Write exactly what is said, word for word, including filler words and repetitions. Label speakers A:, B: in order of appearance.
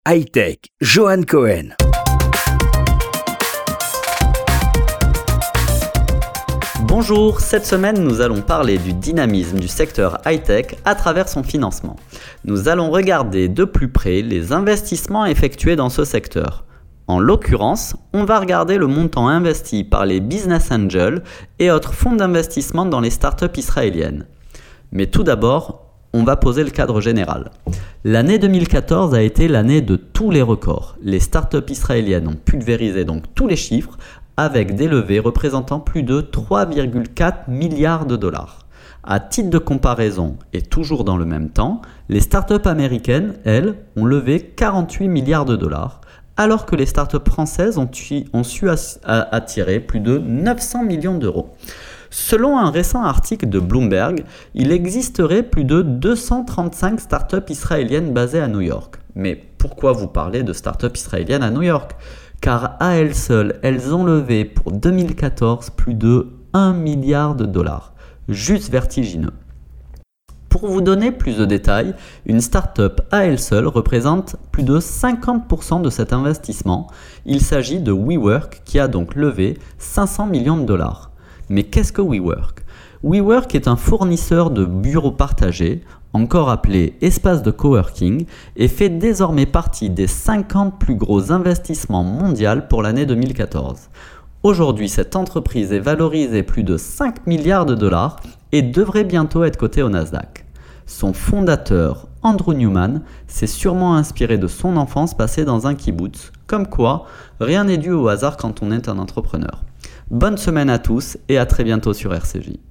A: High-Tech, Johan Cohen.
B: Bonjour, cette semaine nous allons parler du dynamisme du secteur high-tech à travers son financement. Nous allons regarder de plus près les investissements effectués dans ce secteur. En l'occurrence, on va regarder le montant investi par les business angels et autres fonds d'investissement dans les startups israéliennes. Mais tout d'abord, on va poser le cadre général. L'année deux mille quatorze a été l'année de tous les records. Les startups israéliennes ont pulvérisé donc tous les chiffres avec des levées représentant plus de trois virgule quatre milliards de dollars. À titre de comparaison, et toujours dans le même temps, les startups américaines, elles, ont levé quarante-huit milliards de dollars, alors que les startups françaises ont, tu, ont su as, a, attirer plus de neuf cents millions d'euros. Selon un récent article de Bloomberg, il existerait plus de deux cent trente-cinq startups israéliennes basées à New York. Mais pourquoi vous parlez de startups israéliennes à New York ? Car à elles seules, elles ont levé pour deux mille quatorze plus de un milliard de dollars. Juste vertigineux. Pour vous donner plus de détails, une start-up à elle seule représente plus de cinquante pour cent de cet investissement. Il s'agit de WeWork qui a donc levé cinq cents millions de dollars. Mais qu'est-ce que WeWork ? WeWork est un fournisseur de bureaux partagés, encore appelé espace de coworking, et fait désormais partie des cinquante plus gros investissements mondiaux pour l'année deux mille quatorze. Aujourd'hui, cette entreprise est valorisée plus de cinq milliards de dollars et devrait bientôt être cotée au Nasdaq. Son fondateur, Andrew Newman, s'est sûrement inspiré de son enfance passée dans un kibbutz, comme quoi rien n'est dû au hasard quand on est un entrepreneur. Bonne semaine à tous et à très bientôt sur R C J.